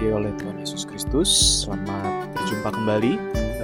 dikasihi oleh Tuhan Yesus Kristus. Selamat berjumpa kembali.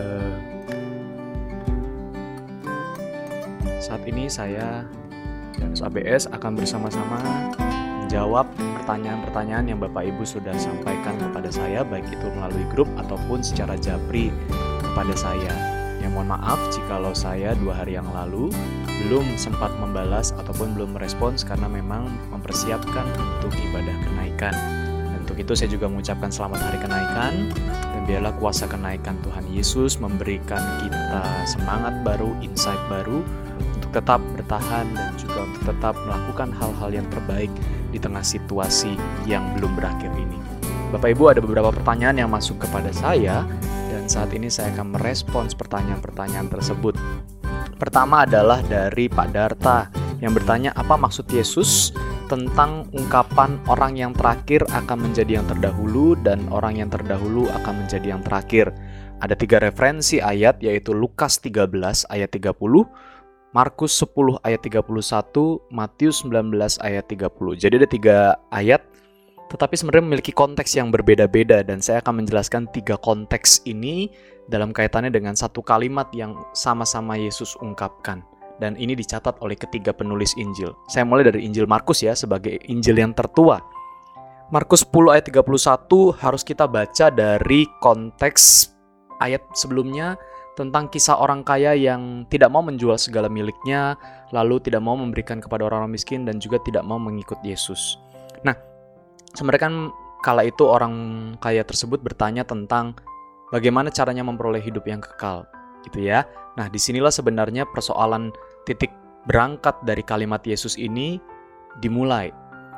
Saat ini saya dan ABS akan bersama-sama menjawab pertanyaan-pertanyaan yang Bapak Ibu sudah sampaikan kepada saya, baik itu melalui grup ataupun secara japri kepada saya. Yang mohon maaf jikalau saya 2 hari yang lalu belum sempat membalas ataupun belum merespons karena memang mempersiapkan untuk ibadah kenaikan. Dan untuk itu saya juga mengucapkan selamat hari kenaikan, dan biarlah kuasa kenaikan Tuhan Yesus memberikan kita semangat baru, insight baru untuk tetap bertahan dan juga untuk tetap melakukan hal-hal yang terbaik di tengah situasi yang belum berakhir ini. Bapak Ibu, ada beberapa pertanyaan yang masuk kepada saya dan saat ini saya akan merespons pertanyaan-pertanyaan tersebut. Pertama adalah dari Pak Darta yang bertanya, apa maksud Yesus tentang ungkapan orang yang terakhir akan menjadi yang terdahulu dan orang yang terdahulu akan menjadi yang terakhir. Ada 3 referensi ayat, yaitu Lukas 13 ayat 30, Markus 10 ayat 31, Matius 19 ayat 30. Jadi ada 3 ayat, tetapi sebenarnya memiliki konteks yang berbeda-beda, dan saya akan menjelaskan 3 konteks ini dalam kaitannya dengan satu kalimat yang sama-sama Yesus ungkapkan. Dan ini dicatat oleh ketiga penulis Injil. Saya mulai dari Injil Markus ya, sebagai Injil yang tertua. Markus 10 ayat 31 harus kita baca dari konteks ayat sebelumnya tentang kisah orang kaya yang tidak mau menjual segala miliknya, lalu tidak mau memberikan kepada orang-orang miskin, dan juga tidak mau mengikut Yesus. Nah, sebenarnya kan kala itu orang kaya tersebut bertanya tentang bagaimana caranya memperoleh hidup yang kekal, gitu ya. Nah, disinilah sebenarnya persoalan titik berangkat dari kalimat Yesus ini dimulai.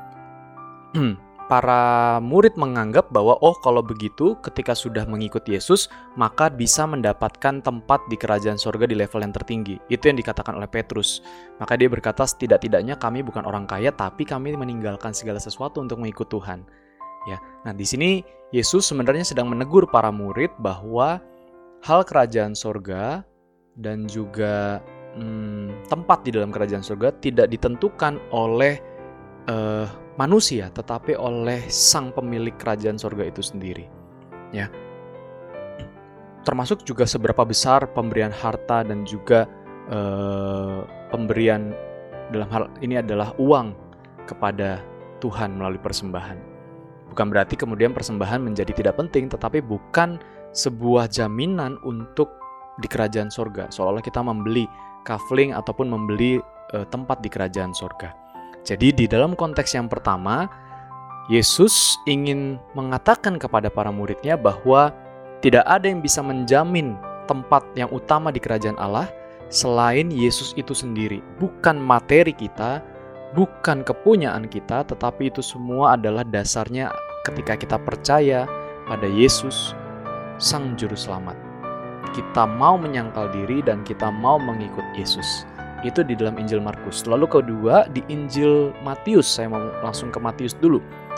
Para murid menganggap bahwa kalau begitu ketika sudah mengikut Yesus maka bisa mendapatkan tempat di kerajaan surga di level yang tertinggi. Itu yang dikatakan oleh Petrus. Maka dia berkata, setidak-tidaknya kami bukan orang kaya, tapi kami meninggalkan segala sesuatu untuk mengikut Tuhan. Ya. Nah, di sini Yesus sebenarnya sedang menegur para murid bahwa hal kerajaan surga dan juga tempat di dalam kerajaan surga tidak ditentukan oleh manusia, tetapi oleh sang pemilik kerajaan surga itu sendiri. Ya. Termasuk juga seberapa besar pemberian harta dan juga pemberian dalam hal ini adalah uang kepada Tuhan melalui persembahan. Bukan berarti kemudian persembahan menjadi tidak penting, tetapi bukan sebuah jaminan untuk di kerajaan surga, seolah-olah kita membeli kafling ataupun membeli tempat di kerajaan surga. Jadi di dalam konteks yang pertama, Yesus ingin mengatakan kepada para muridnya bahwa tidak ada yang bisa menjamin tempat yang utama di kerajaan Allah selain Yesus itu sendiri. Bukan materi kita, bukan kepunyaan kita, tetapi itu semua adalah dasarnya ketika kita percaya pada Yesus, Sang Juru Selamat. Kita mau menyangkal diri dan kita mau mengikut Yesus. Itu di dalam Injil Markus. Lalu kedua, di Injil Matius. Saya mau langsung ke Matius dulu.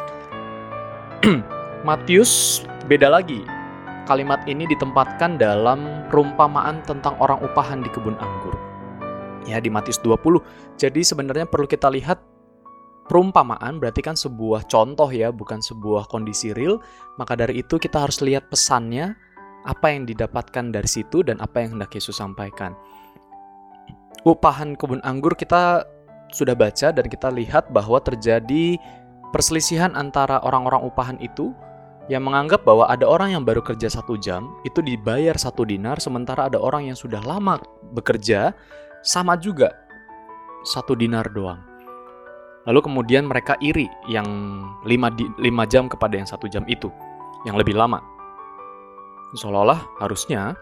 Matius beda lagi. Kalimat ini ditempatkan dalam perumpamaan tentang orang upahan di kebun anggur. Ya, di Matius 20. Jadi sebenarnya perlu kita lihat perumpamaan berarti kan sebuah contoh ya, bukan sebuah kondisi real. Maka dari itu kita harus lihat pesannya, apa yang didapatkan dari situ dan apa yang hendak Yesus sampaikan. Upahan kebun anggur kita sudah baca dan kita lihat bahwa terjadi perselisihan antara orang-orang upahan itu yang menganggap bahwa ada orang yang baru kerja 1 jam itu dibayar 1 dinar, sementara ada orang yang sudah lama bekerja sama juga 1 dinar doang. Lalu kemudian mereka iri yang 5 jam kepada yang 1 jam itu, yang lebih lama. Seolah-olah harusnya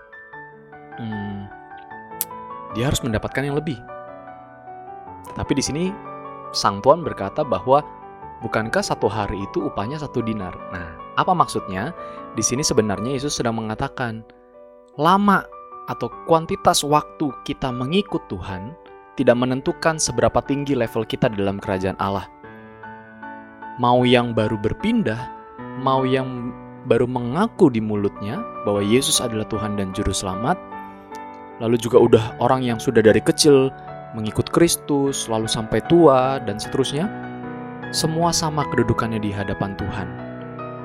dia harus mendapatkan yang lebih. Tapi di sini sang tuan berkata bahwa bukankah 1 hari itu upahnya 1 dinar. Nah, apa maksudnya? Di sini sebenarnya Yesus sedang mengatakan lama atau kuantitas waktu kita mengikut Tuhan tidak menentukan seberapa tinggi level kita dalam kerajaan Allah. Mau yang baru berpindah, mau yang baru mengaku di mulutnya bahwa Yesus adalah Tuhan dan Juru Selamat, lalu juga udah orang yang sudah dari kecil mengikut Kristus, lalu sampai tua, dan seterusnya, semua sama kedudukannya di hadapan Tuhan.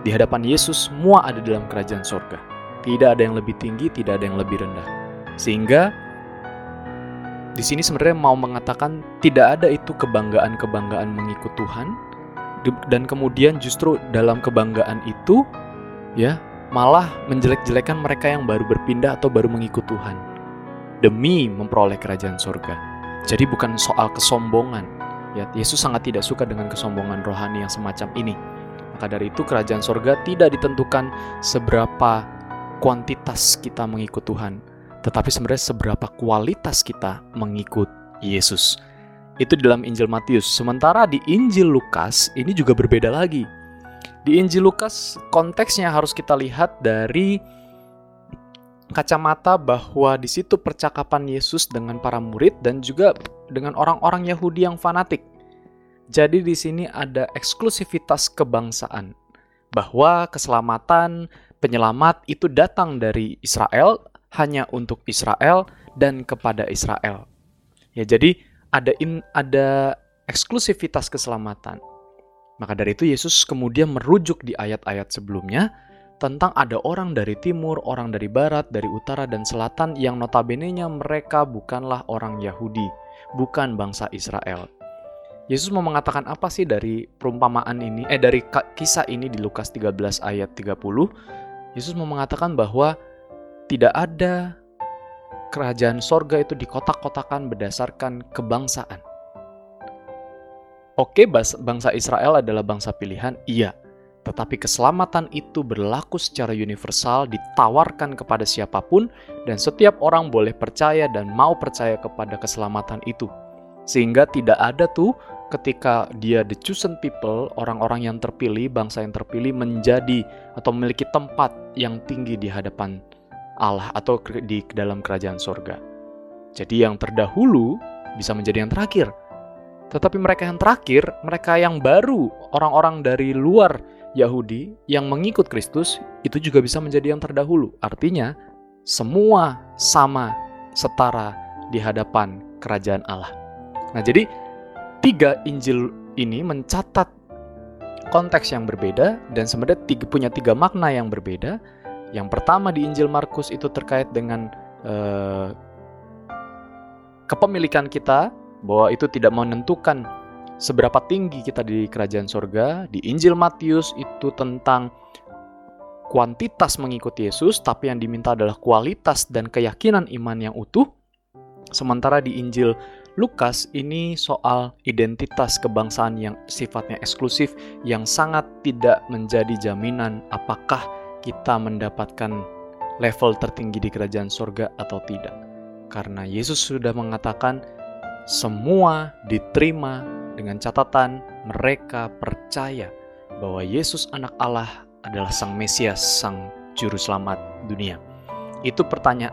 Di hadapan Yesus semua ada dalam kerajaan sorga. Tidak ada yang lebih tinggi, tidak ada yang lebih rendah. Sehingga di sini sebenarnya mau mengatakan tidak ada itu kebanggaan-kebanggaan mengikut Tuhan, dan kemudian justru dalam kebanggaan itu ya malah menjelek-jelekan mereka yang baru berpindah atau baru mengikut Tuhan demi memperoleh kerajaan sorga. Jadi bukan soal kesombongan. Ya, Yesus sangat tidak suka dengan kesombongan rohani yang semacam ini. Maka dari itu kerajaan sorga tidak ditentukan seberapa kuantitas kita mengikut Tuhan, tetapi sebenarnya seberapa kualitas kita mengikut Yesus. Itu dalam Injil Matius. Sementara di Injil Lukas ini juga berbeda lagi. Di Injil Lukas konteksnya harus kita lihat dari kacamata bahwa di situ percakapan Yesus dengan para murid dan juga dengan orang-orang Yahudi yang fanatik. Jadi di sini ada eksklusivitas kebangsaan, bahwa keselamatan, penyelamat itu datang dari Israel, hanya untuk Israel dan kepada Israel. Ya, jadi ada eksklusivitas keselamatan. Maka dari itu Yesus kemudian merujuk di ayat-ayat sebelumnya tentang ada orang dari timur, orang dari barat, dari utara dan selatan yang notabene-nya mereka bukanlah orang Yahudi, bukan bangsa Israel. Yesus mau mengatakan apa sih dari perumpamaan ini, dari kisah ini di Lukas 13 ayat 30? Yesus mau mengatakan bahwa tidak ada kerajaan sorga itu dikotak-kotakan berdasarkan kebangsaan. Oke, bangsa Israel adalah bangsa pilihan, iya. Tetapi keselamatan itu berlaku secara universal, ditawarkan kepada siapapun, dan setiap orang boleh percaya dan mau percaya kepada keselamatan itu. Sehingga tidak ada tuh ketika dia the chosen people, orang-orang yang terpilih, bangsa yang terpilih menjadi atau memiliki tempat yang tinggi di hadapan Allah atau di dalam kerajaan sorga. Jadi yang terdahulu bisa menjadi yang terakhir. Tetapi mereka yang terakhir, mereka yang baru, orang-orang dari luar Yahudi yang mengikut Kristus, itu juga bisa menjadi yang terdahulu. Artinya, semua sama, setara di hadapan kerajaan Allah. Nah, jadi 3 Injil ini mencatat konteks yang berbeda dan sebenarnya punya 3 makna yang berbeda. Yang pertama di Injil Markus itu terkait dengan kepemilikan kita, bahwa itu tidak menentukan seberapa tinggi kita di kerajaan sorga. Di Injil Matius itu tentang kuantitas mengikuti Yesus, tapi yang diminta adalah kualitas dan keyakinan iman yang utuh. Sementara di Injil Lukas ini soal identitas kebangsaan yang sifatnya eksklusif, yang sangat tidak menjadi jaminan apakah kita mendapatkan level tertinggi di kerajaan sorga atau tidak. Karena Yesus sudah mengatakan semua diterima dengan catatan mereka percaya bahwa Yesus anak Allah adalah Sang Mesias, Sang Juru Selamat dunia. Itu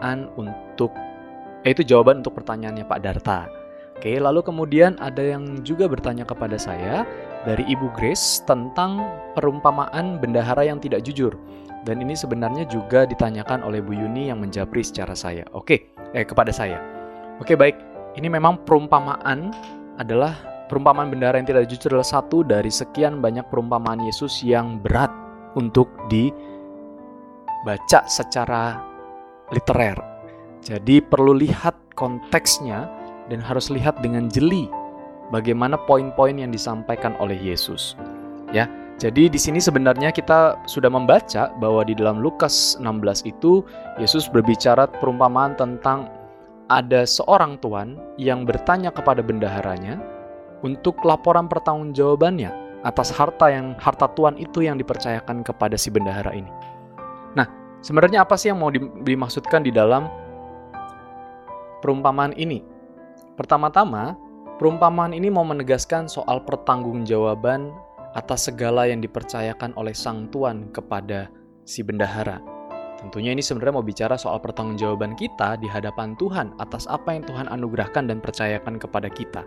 jawaban untuk pertanyaannya Pak Darta. Oke, lalu kemudian ada yang juga bertanya kepada saya dari Ibu Grace tentang perumpamaan bendahara yang tidak jujur. Dan ini sebenarnya juga ditanyakan oleh Bu Yuni yang menjapri secara saya. Kepada saya. Oke, baik. Ini memang perumpamaan bendahara yang tidak jujur adalah satu dari sekian banyak perumpamaan Yesus yang berat untuk dibaca secara literer. Jadi perlu lihat konteksnya dan harus lihat dengan jeli bagaimana poin-poin yang disampaikan oleh Yesus. Ya, jadi di sini sebenarnya kita sudah membaca bahwa di dalam Lukas 16 itu Yesus berbicara perumpamaan tentang ada seorang tuan yang bertanya kepada bendaharanya untuk laporan pertanggungjawabannya atas harta tuan itu yang dipercayakan kepada si bendahara ini. Nah, sebenarnya apa sih yang mau dimaksudkan di dalam perumpamaan ini? Pertama-tama, perumpamaan ini mau menegaskan soal pertanggungjawaban atas segala yang dipercayakan oleh sang tuan kepada si bendahara. Tentunya ini sebenarnya mau bicara soal pertanggungjawaban kita di hadapan Tuhan atas apa yang Tuhan anugerahkan dan percayakan kepada kita.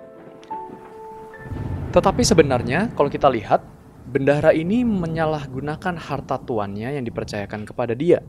Tetapi sebenarnya kalau kita lihat, bendahara ini menyalahgunakan harta tuannya yang dipercayakan kepada dia.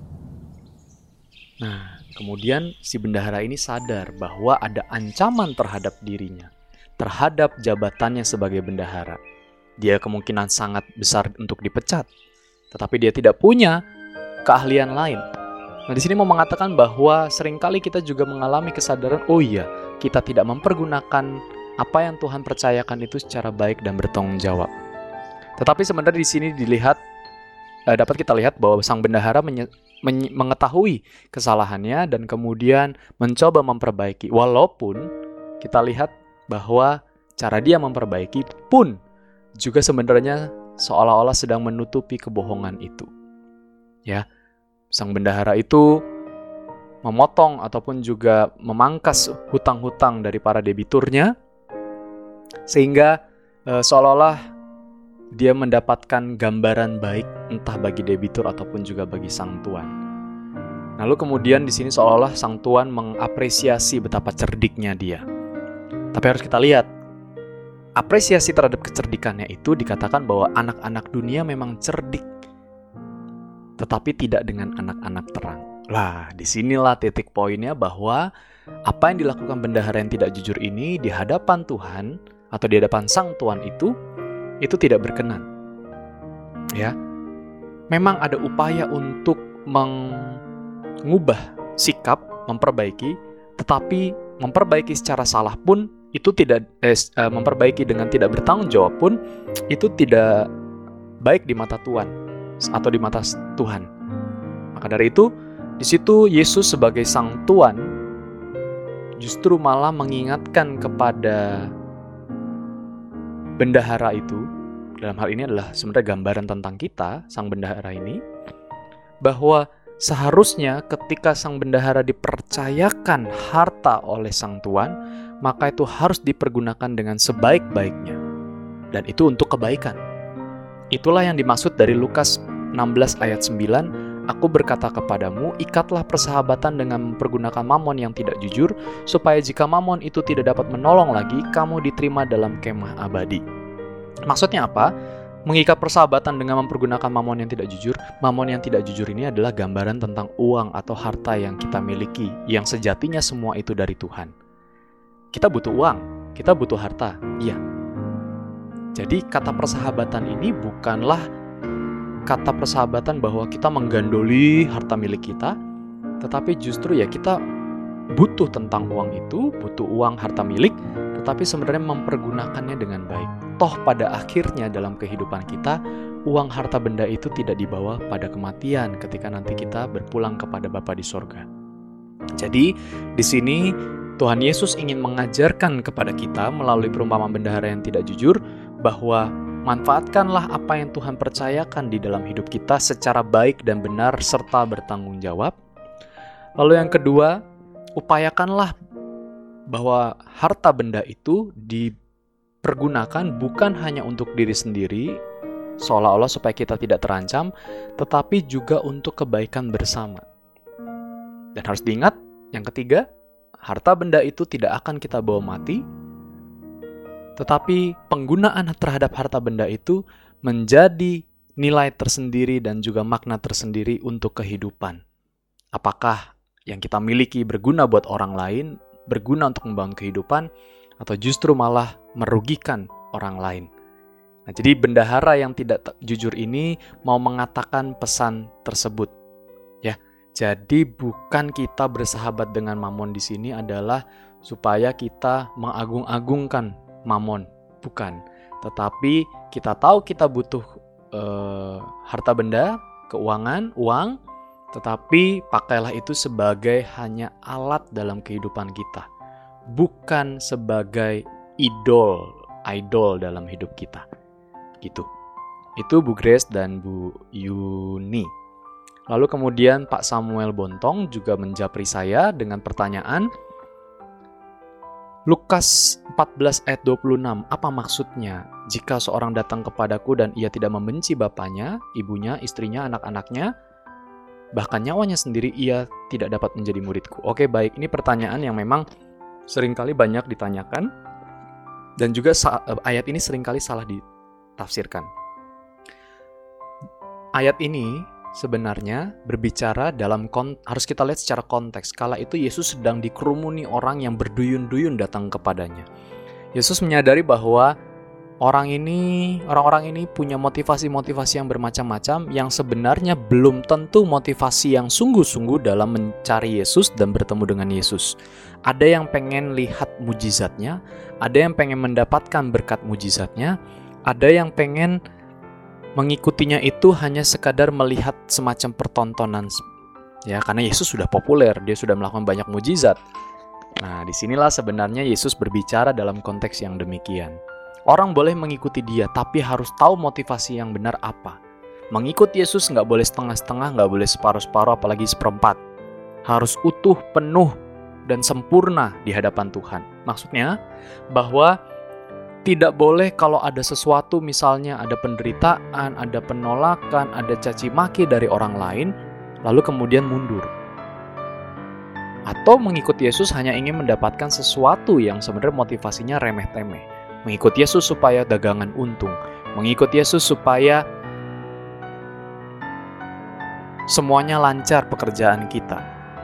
Nah, kemudian si bendahara ini sadar bahwa ada ancaman terhadap dirinya, terhadap jabatannya sebagai bendahara. Dia kemungkinan sangat besar untuk dipecat. tetapi dia tidak punya keahlian lain. Nah, di sini mau mengatakan bahwa seringkali kita juga mengalami kesadaran, oh iya, kita tidak mempergunakan apa yang Tuhan percayakan itu secara baik dan bertanggung jawab. Tetapi sebenarnya di sini dapat kita lihat bahwa sang bendahara mengetahui kesalahannya dan kemudian mencoba memperbaiki. Walaupun kita lihat bahwa cara dia memperbaiki pun juga sebenarnya seolah-olah sedang menutupi kebohongan itu. Ya, sang bendahara itu memotong ataupun juga memangkas hutang-hutang dari para debiturnya, sehingga seolah-olah dia mendapatkan gambaran baik entah bagi debitur ataupun juga bagi sang tuan. Lalu kemudian di sini seolah-olah sang tuan mengapresiasi betapa cerdiknya dia. Tapi harus kita lihat, apresiasi terhadap kecerdikannya itu dikatakan bahwa anak-anak dunia memang cerdik, tetapi tidak dengan anak-anak terang. Lah, disinilah titik poinnya bahwa apa yang dilakukan bendahara yang tidak jujur ini di hadapan Tuhan atau di hadapan sang tuan itu tidak berkenan. Ya. Memang ada upaya untuk mengubah sikap, memperbaiki, tetapi memperbaiki secara salah pun itu tidak memperbaiki dengan tidak bertanggung jawab pun itu tidak baik di mata Tuhan atau di mata Tuhan. Maka dari itu, di situ Yesus sebagai sang tuan justru malah mengingatkan kepada bendahara itu, dalam hal ini adalah sebenarnya gambaran tentang kita, sang bendahara ini, bahwa seharusnya ketika sang bendahara dipercayakan harta oleh sang tuan, maka itu harus dipergunakan dengan sebaik-baiknya. Dan itu untuk kebaikan. Itulah yang dimaksud dari Lukas 16 ayat 9, Aku berkata kepadamu, ikatlah persahabatan dengan mempergunakan mamon yang tidak jujur, supaya jika mamon itu tidak dapat menolong lagi, kamu diterima dalam kemah abadi. Maksudnya apa? Mengikat persahabatan dengan mempergunakan mamon yang tidak jujur. Mamon yang tidak jujur ini adalah gambaran tentang uang atau harta yang kita miliki, yang sejatinya semua itu dari Tuhan. Kita butuh uang, kita butuh harta, iya. Jadi kata persahabatan ini bukanlah kata persahabatan bahwa kita menggandoli harta milik kita, tetapi justru ya kita butuh tentang uang itu, butuh uang harta milik, tetapi sebenarnya mempergunakannya dengan baik. Toh pada akhirnya dalam kehidupan kita, uang harta benda itu tidak dibawa pada kematian ketika nanti kita berpulang kepada Bapa di sorga. Jadi di sini Tuhan Yesus ingin mengajarkan kepada kita melalui perumpamaan bendahara yang tidak jujur bahwa manfaatkanlah apa yang Tuhan percayakan di dalam hidup kita secara baik dan benar serta bertanggung jawab. Lalu yang kedua, upayakanlah bahwa harta benda itu dipergunakan bukan hanya untuk diri sendiri, seolah-olah supaya kita tidak terancam, tetapi juga untuk kebaikan bersama. Dan harus diingat, yang ketiga, harta benda itu tidak akan kita bawa mati, tetapi penggunaan terhadap harta benda itu menjadi nilai tersendiri dan juga makna tersendiri untuk kehidupan. Apakah yang kita miliki berguna buat orang lain, berguna untuk membangun kehidupan, atau justru malah merugikan orang lain. Nah, jadi bendahara yang tidak jujur ini mau mengatakan pesan tersebut. Ya, jadi bukan kita bersahabat dengan mamon di sini adalah supaya kita mengagung-agungkan mamon, bukan. Tetapi kita tahu kita butuh harta benda, keuangan, uang, tetapi pakailah itu sebagai hanya alat dalam kehidupan kita, bukan sebagai idol dalam hidup kita. Gitu. Itu Bu Grace dan Bu Yuni. Lalu kemudian Pak Samuel Bontong juga menjapri saya dengan pertanyaan, Lukas 14 ayat 26, apa maksudnya? Jika seorang datang kepadaku dan ia tidak membenci bapaknya, ibunya, istrinya, anak-anaknya, bahkan nyawanya sendiri, ia tidak dapat menjadi muridku. Oke, baik, ini pertanyaan yang memang seringkali banyak ditanyakan, dan juga ayat ini seringkali salah ditafsirkan. Ayat ini sebenarnya berbicara harus kita lihat secara konteks. Kala itu Yesus sedang dikerumuni orang yang berduyun-duyun datang kepadanya. Yesus menyadari bahwa orang-orang ini punya motivasi-motivasi yang bermacam-macam yang sebenarnya belum tentu motivasi yang sungguh-sungguh dalam mencari Yesus dan bertemu dengan Yesus. Ada yang pengen lihat mujizatnya, ada yang pengen mendapatkan berkat mujizatnya, ada yang pengen mengikutinya itu hanya sekadar melihat semacam pertontonan. Ya, karena Yesus sudah populer, dia sudah melakukan banyak mujizat. Nah, disinilah sebenarnya Yesus berbicara dalam konteks yang demikian. Orang boleh mengikuti dia, tapi harus tahu motivasi yang benar apa. Mengikut Yesus nggak boleh setengah-setengah, nggak boleh separuh-separuh, apalagi seperempat. Harus utuh, penuh, dan sempurna di hadapan Tuhan. Maksudnya bahwa tidak boleh kalau ada sesuatu, misalnya ada penderitaan, ada penolakan, ada caci maki dari orang lain, lalu kemudian mundur. Atau mengikut Yesus hanya ingin mendapatkan sesuatu yang sebenarnya motivasinya remeh-temeh. Mengikut Yesus supaya dagangan untung. Mengikut Yesus supaya semuanya lancar pekerjaan kita.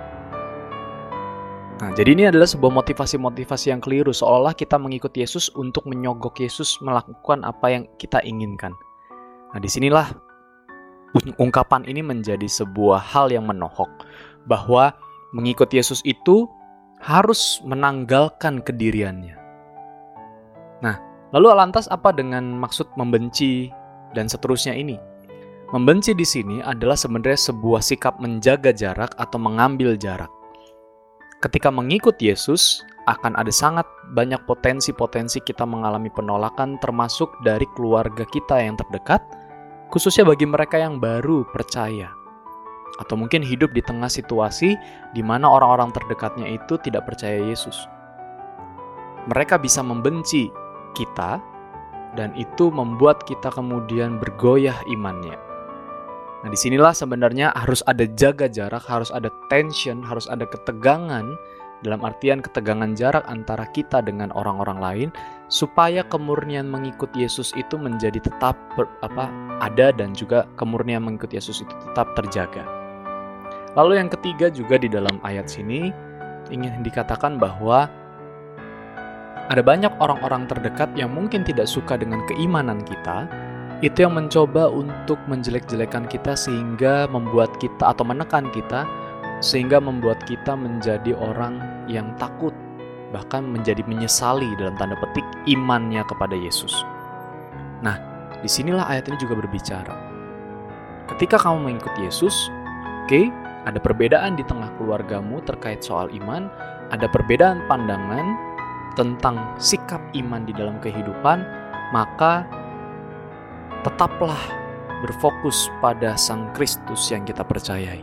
Nah, jadi ini adalah sebuah motivasi-motivasi yang keliru. Seolah kita mengikut Yesus untuk menyogok Yesus melakukan apa yang kita inginkan. Nah, disinilah ungkapan ini menjadi sebuah hal yang menohok. Bahwa mengikut Yesus itu harus menanggalkan kediriannya. Nah, lalu lantas apa dengan maksud membenci dan seterusnya ini? Membenci di sini adalah sebenarnya sebuah sikap menjaga jarak atau mengambil jarak. Ketika mengikut Yesus, akan ada sangat banyak potensi-potensi kita mengalami penolakan, termasuk dari keluarga kita yang terdekat, khususnya bagi mereka yang baru percaya. Atau mungkin hidup di tengah situasi di mana orang-orang terdekatnya itu tidak percaya Yesus. Mereka bisa membenci kita, dan itu membuat kita kemudian bergoyah imannya. Nah, disinilah sebenarnya harus ada jaga jarak, harus ada tension, harus ada ketegangan, dalam artian ketegangan jarak antara kita dengan orang-orang lain, supaya kemurnian mengikut Yesus itu menjadi tetap ada, dan juga kemurnian mengikut Yesus itu tetap terjaga. Lalu yang ketiga juga di dalam ayat sini ingin dikatakan bahwa ada banyak orang-orang terdekat yang mungkin tidak suka dengan keimanan kita, itu yang mencoba untuk menjelek-jelekan kita sehingga membuat kita atau menekan kita, sehingga membuat kita menjadi orang yang takut, bahkan menjadi menyesali dalam tanda petik imannya kepada Yesus. Nah, disinilah ayat ini juga berbicara. Ketika kamu mengikut Yesus, ada perbedaan di tengah keluargamu terkait soal iman, ada perbedaan pandangan tentang sikap iman di dalam kehidupan, maka tetaplah berfokus pada Sang Kristus yang kita percayai.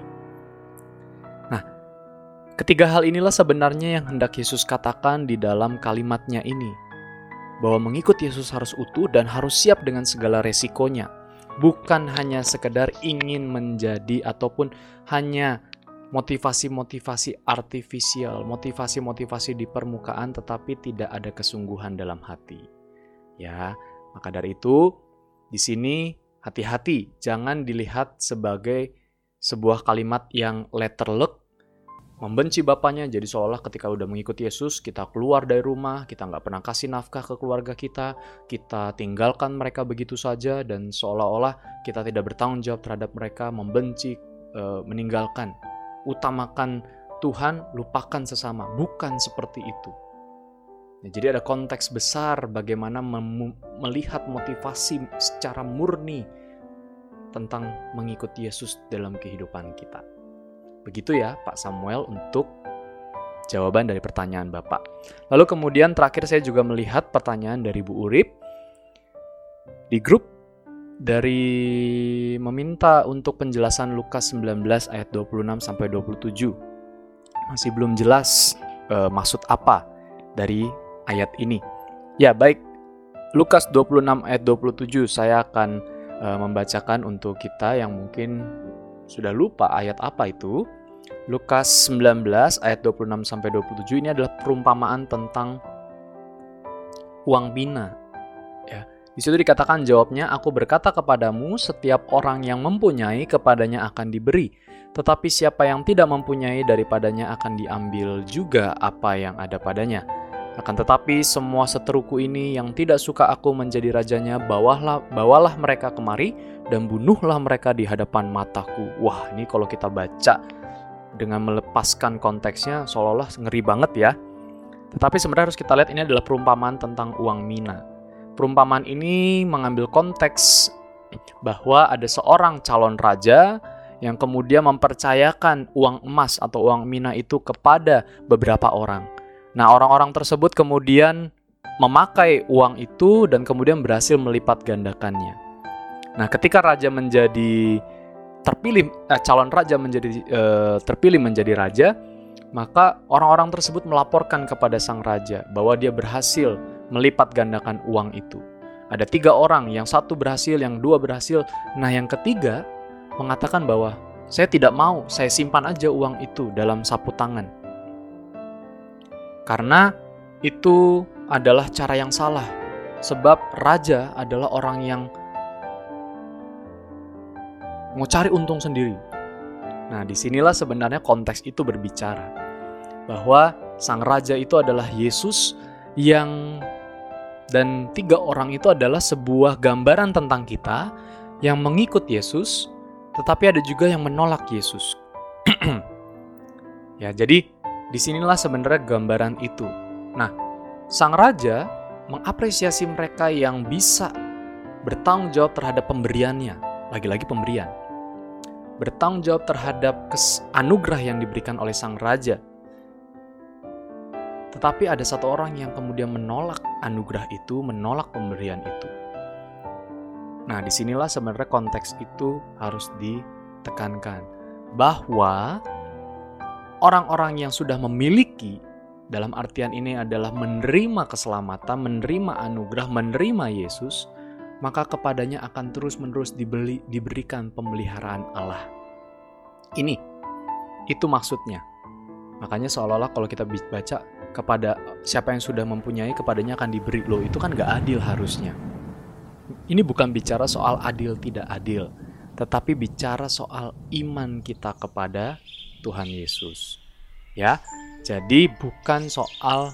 Nah, ketiga hal inilah sebenarnya yang hendak Yesus katakan di dalam kalimatnya ini. Bahwa mengikut Yesus harus utuh dan harus siap dengan segala resikonya. Bukan hanya sekedar ingin menjadi ataupun hanya motivasi-motivasi artifisial, motivasi-motivasi di permukaan, tetapi tidak ada kesungguhan dalam hati. Ya, maka dari itu di sini hati-hati, jangan dilihat sebagai sebuah kalimat yang letterlek, membenci bapaknya, jadi seolah ketika udah mengikuti Yesus, kita keluar dari rumah, kita nggak pernah kasih nafkah ke keluarga kita tinggalkan mereka begitu saja, dan seolah-olah kita tidak bertanggung jawab terhadap mereka, membenci, meninggalkan. Utamakan Tuhan, lupakan sesama. Bukan seperti itu. Ya, jadi ada konteks besar bagaimana melihat motivasi secara murni tentang mengikuti Yesus dalam kehidupan kita. Begitu ya Pak Samuel untuk jawaban dari pertanyaan Bapak. Lalu kemudian terakhir saya juga melihat pertanyaan dari Bu Urip di grup, dari meminta untuk penjelasan Lukas 19 ayat 26 sampai 27. Masih belum jelas maksud apa dari ayat ini. Ya, baik. Lukas 26 ayat 27 saya akan membacakan untuk kita yang mungkin sudah lupa ayat apa itu. Lukas 19 ayat 26 sampai 27 ini adalah perumpamaan tentang uang bina. Ya. Di situ dikatakan jawabnya, aku berkata kepadamu, setiap orang yang mempunyai kepadanya akan diberi, tetapi siapa yang tidak mempunyai daripadanya akan diambil juga apa yang ada padanya. Akan tetapi semua seteruku ini yang tidak suka aku menjadi rajanya, bawalah mereka kemari dan bunuhlah mereka di hadapan mataku. Wah, ini kalau kita baca dengan melepaskan konteksnya seolah-olah ngeri banget ya. Tetapi sebenarnya harus kita lihat ini adalah perumpamaan tentang uang mina. Perumpamaan ini mengambil konteks bahwa ada seorang calon raja yang kemudian mempercayakan uang emas atau uang mina itu kepada beberapa orang. Nah, orang-orang tersebut kemudian memakai uang itu dan kemudian berhasil melipat gandakannya. Nah, ketika raja menjadi terpilih, calon raja terpilih menjadi raja, maka orang-orang tersebut melaporkan kepada sang raja bahwa dia berhasil melipat gandakan uang itu. Ada 3 orang, yang satu berhasil, yang 2 berhasil. Nah, yang ketiga mengatakan bahwa saya tidak mau, saya simpan aja uang itu dalam sapu tangan. Karena itu adalah cara yang salah. Sebab raja adalah orang yang mau cari untung sendiri. Nah, disinilah sebenarnya konteks itu berbicara. Bahwa sang raja itu adalah Yesus dan 3 orang itu adalah sebuah gambaran tentang kita yang mengikut Yesus, tetapi ada juga yang menolak Yesus. Ya, jadi disinilah sebenarnya gambaran itu. Nah, sang raja mengapresiasi mereka yang bisa bertanggung jawab terhadap pemberiannya. Lagi-lagi pemberian. Bertanggung jawab terhadap anugerah yang diberikan oleh sang raja. Tetapi ada satu orang yang kemudian menolak anugerah itu, menolak pemberian itu. Nah, disinilah sebenarnya konteks itu harus ditekankan. Bahwa orang-orang yang sudah memiliki, dalam artian ini adalah menerima keselamatan, menerima anugerah, menerima Yesus, maka kepadanya akan terus-menerus diberikan pemeliharaan Allah. Itu maksudnya. Makanya seolah-olah kalau kita baca, kepada siapa yang sudah mempunyai, kepadanya akan diberi. Loh, itu kan gak adil harusnya. Ini bukan bicara soal adil tidak adil, tetapi bicara soal iman kita kepada Tuhan Yesus. Ya, jadi bukan soal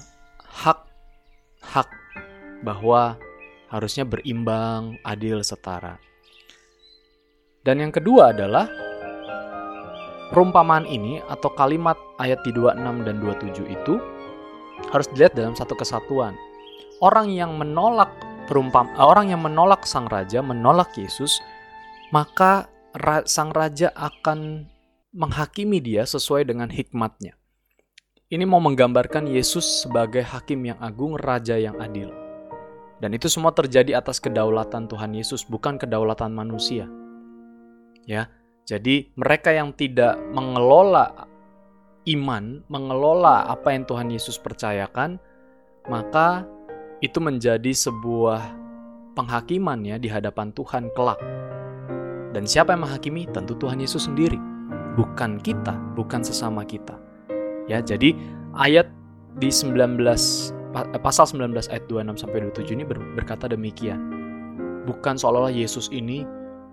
hak bahwa harusnya berimbang, adil, setara. Dan yang kedua adalah perumpamaan ini atau kalimat ayat di 26 dan 27 itu harus dilihat dalam satu kesatuan. Orang yang menolak sang raja, menolak Yesus, maka sang raja akan menghakimi dia sesuai dengan hikmatnya. Ini mau menggambarkan Yesus sebagai hakim yang agung, raja yang adil. Dan itu semua terjadi atas kedaulatan Tuhan Yesus, bukan kedaulatan manusia. Ya, jadi mereka yang tidak mengelola iman, mengelola apa yang Tuhan Yesus percayakan, maka itu menjadi sebuah penghakiman ya di hadapan Tuhan kelak. Dan siapa yang menghakimi? Tentu Tuhan Yesus sendiri, bukan kita, bukan sesama kita. Ya, jadi ayat di pasal 19 ayat 26 sampai 27 ini berkata demikian. Bukan seolah-olah Yesus ini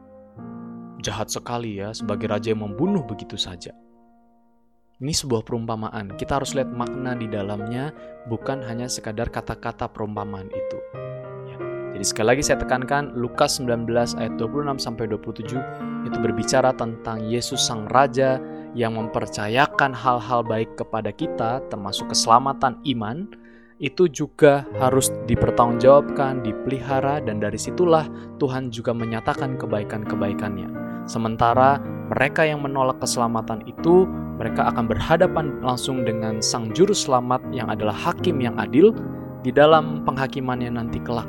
jahat sekali ya, sebagai raja yang membunuh begitu saja. Ini sebuah perumpamaan. Kita harus lihat makna di dalamnya, bukan hanya sekadar kata-kata perumpamaan itu. Ya. Jadi sekali lagi saya tekankan, Lukas 19 ayat 26 sampai 27 itu berbicara tentang Yesus sang raja yang mempercayakan hal-hal baik kepada kita, termasuk keselamatan iman. Itu juga harus dipertanggungjawabkan, dipelihara, dan dari situlah Tuhan juga menyatakan kebaikan-kebaikannya. Sementara mereka yang menolak keselamatan itu, mereka akan berhadapan langsung dengan Sang Juru Selamat yang adalah hakim yang adil di dalam penghakimannya nanti kelak.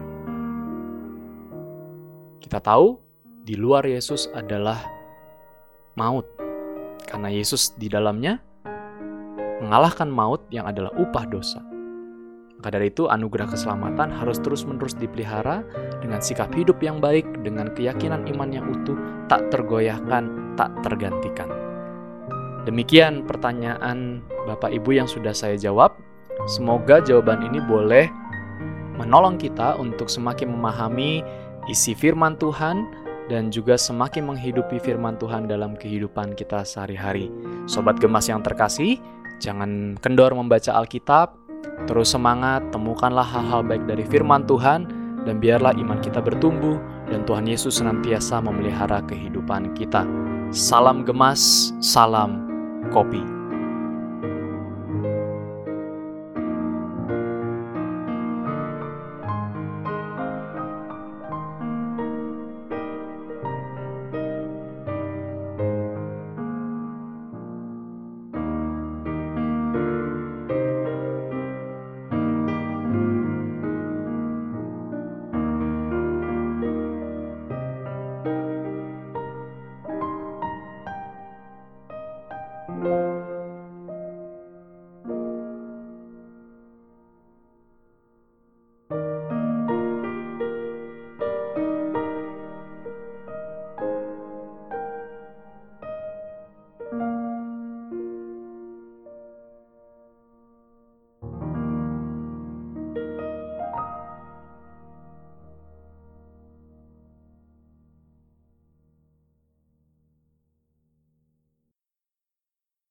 Kita tahu di luar Yesus adalah maut, karena Yesus di dalamnya mengalahkan maut yang adalah upah dosa. Maka dari itu anugerah keselamatan harus terus-menerus dipelihara dengan sikap hidup yang baik, dengan keyakinan iman yang utuh, tak tergoyahkan, tak tergantikan. Demikian pertanyaan Bapak Ibu yang sudah saya jawab. Semoga jawaban ini boleh menolong kita untuk semakin memahami isi firman Tuhan dan juga semakin menghidupi firman Tuhan dalam kehidupan kita sehari-hari. Sobat Gemas yang terkasih, jangan kendor membaca Alkitab, Terus semangat, temukanlah hal-hal baik dari firman Tuhan, dan biarlah iman kita bertumbuh, dan Tuhan Yesus senantiasa memelihara kehidupan kita. Salam gemas, salam kopi.